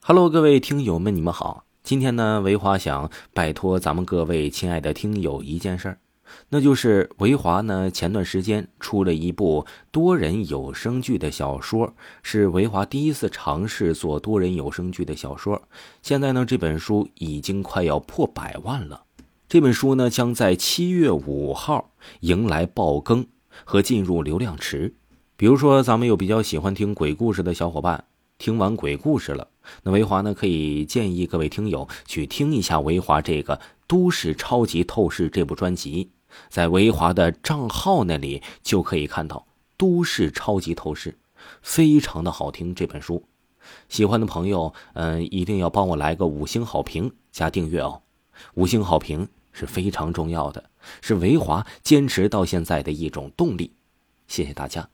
Hello，各位听友们，你们好。今天呢，维华想拜托咱们各位亲爱的听友一件事儿，那就是维华呢前段时间出了一部多人有声剧的小说，是维华第一次尝试做多人有声剧的小说。现在呢，这本书已经快要破100万了。这本书呢，将在7月5号迎来爆更和进入流量池。比如说，咱们有比较喜欢听鬼故事的小伙伴，听完鬼故事了，那维华呢可以建议各位听友去听一下维华这个《都市超级透视》这部专辑，在维华的账号那里就可以看到《都市超级透视》，非常的好听。这本书喜欢的朋友一定要帮我来个5星好评加订阅哦，5星好评是非常重要的，是维华坚持到现在的一种动力。谢谢大家。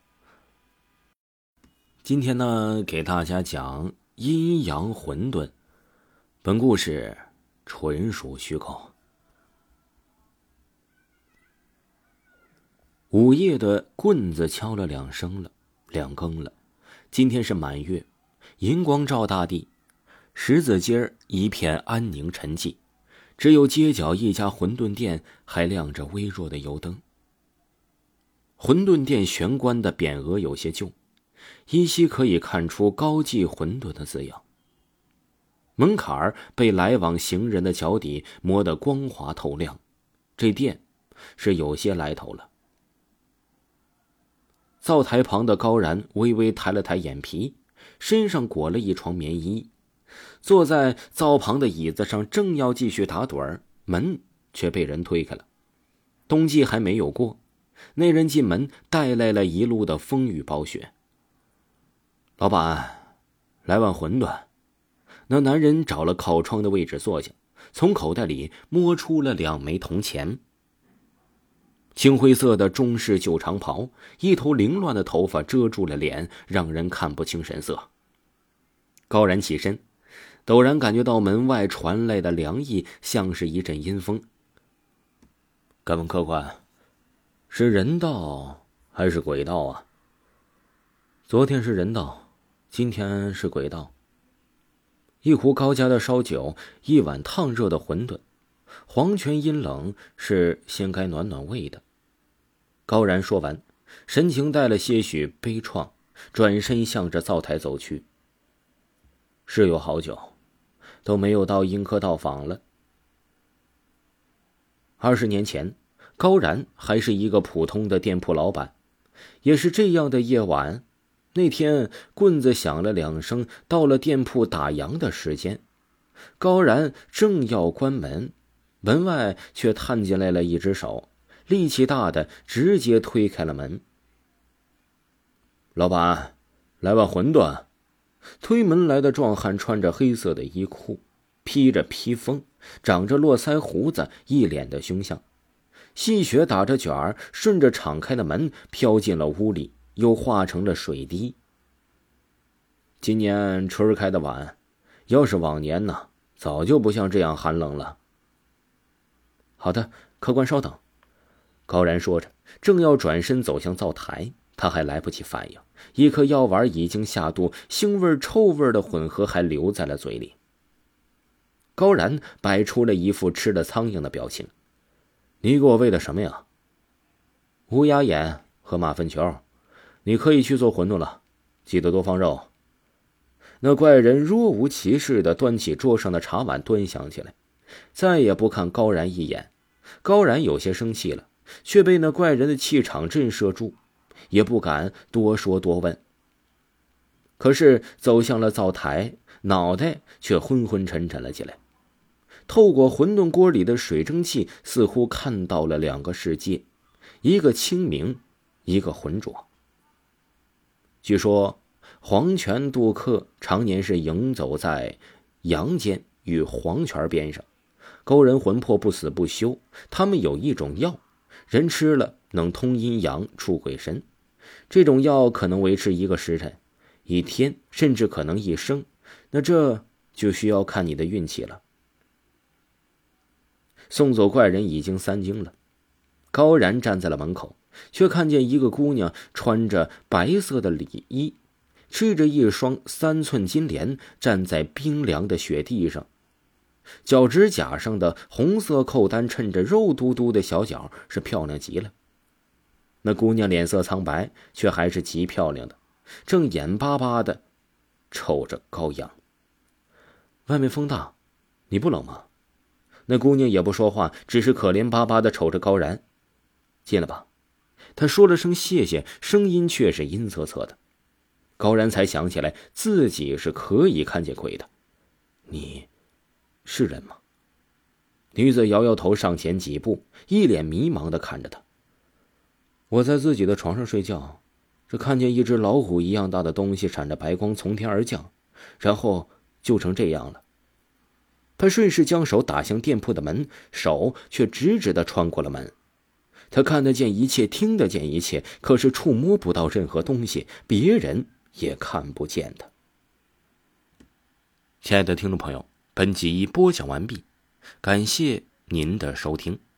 今天呢，给大家讲阴阳混沌，本故事纯属虚构。午夜的棍子敲了2声了，2更了。今天是满月，银光照大地，十字街一片安宁沉寂，只有街角一家馄饨店还亮着微弱的油灯。馄饨店玄关的匾额有些旧，依稀可以看出高记馄饨的字样。门槛被来往行人的脚底磨得光滑透亮，这店是有些来头了。灶台旁的高然微微抬了抬眼皮，身上裹了一床棉衣，坐在灶旁的椅子上，正要继续打盹儿，门却被人推开了。冬季还没有过，那人进门带来了一路的风雨暴雪。老板，来碗馄饨。那男人找了靠窗的位置坐下，从口袋里摸出了2枚铜钱。青灰色的中式旧长袍，一头凌乱的头发遮住了脸，让人看不清神色。高然起身，陡然感觉到门外传来的凉意，像是一阵阴风。敢问客官，是人道还是鬼道啊？昨天是人道，今天是鬼道。一壶高价的烧酒，一碗烫热的馄饨，黄泉阴冷，是先该暖暖胃的。高然说完，神情带了些许悲怆，转身向着灶台走去。是有好久都没有到阴科道访了。20年前，高然还是一个普通的店铺老板，也是这样的夜晚，那天棍子响了2声，到了店铺打烊的时间。高然正要关门，门外却探进来了一只手，力气大的直接推开了门。老板，来碗馄饨。推门来的壮汉穿着黑色的衣裤，披着披风，长着络腮胡子，一脸的凶相。细雪打着卷儿，顺着敞开的门飘进了屋里，又化成了水滴。今年春开的晚，要是往年呢，早就不像这样寒冷了。好的，客官稍等。高然说着，正要转身走向灶台，他还来不及反应，一颗药丸已经下肚，腥味臭味的混合还留在了嘴里。高然摆出了一副吃了苍蝇的表情。你给我喂的什么呀？乌鸦眼和马粪球，你可以去做馄饨了，记得多放肉。那怪人若无其事地端起桌上的茶碗，端详起来，再也不看高然一眼。高然有些生气了，却被那怪人的气场震慑住，也不敢多说多问。可是走向了灶台，脑袋却昏昏沉沉了起来。透过馄饨锅里的水蒸气，似乎看到了2个世界，一个清明，一个浑浊。据说黄泉渡客常年是游走在阳间与黄泉边上，勾人魂魄不死不休。他们有一种药，人吃了能通阴阳出鬼神，这种药可能维持1个时辰、1天，甚至可能1生，那这就需要看你的运气了。送走怪人已经3更了，高然站在了门口，却看见一个姑娘穿着白色的礼衣， 赤着一双3寸金莲，站在冰凉的雪地上，脚趾甲上的红色扣单衬着肉嘟嘟的小脚，是漂亮极了。那姑娘脸色苍白，却还是极漂亮的，正眼巴巴的瞅着高阳。外面风大，你不冷吗？那姑娘也不说话，只是可怜巴巴的瞅着高然。进了吧。他说了声谢谢，声音却是阴恻恻的。高然才想起来自己是可以看见鬼的。你是人吗？女子摇摇头，上前几步，一脸迷茫地看着他。我在自己的床上睡觉，只看见一只老虎一样大的东西闪着白光从天而降，然后就成这样了。他顺势将手打向店铺的门，手却直直地穿过了门。他看得见一切，听得见一切，可是触摸不到任何东西，别人也看不见的。亲爱的听众朋友，本集播讲完毕，感谢您的收听。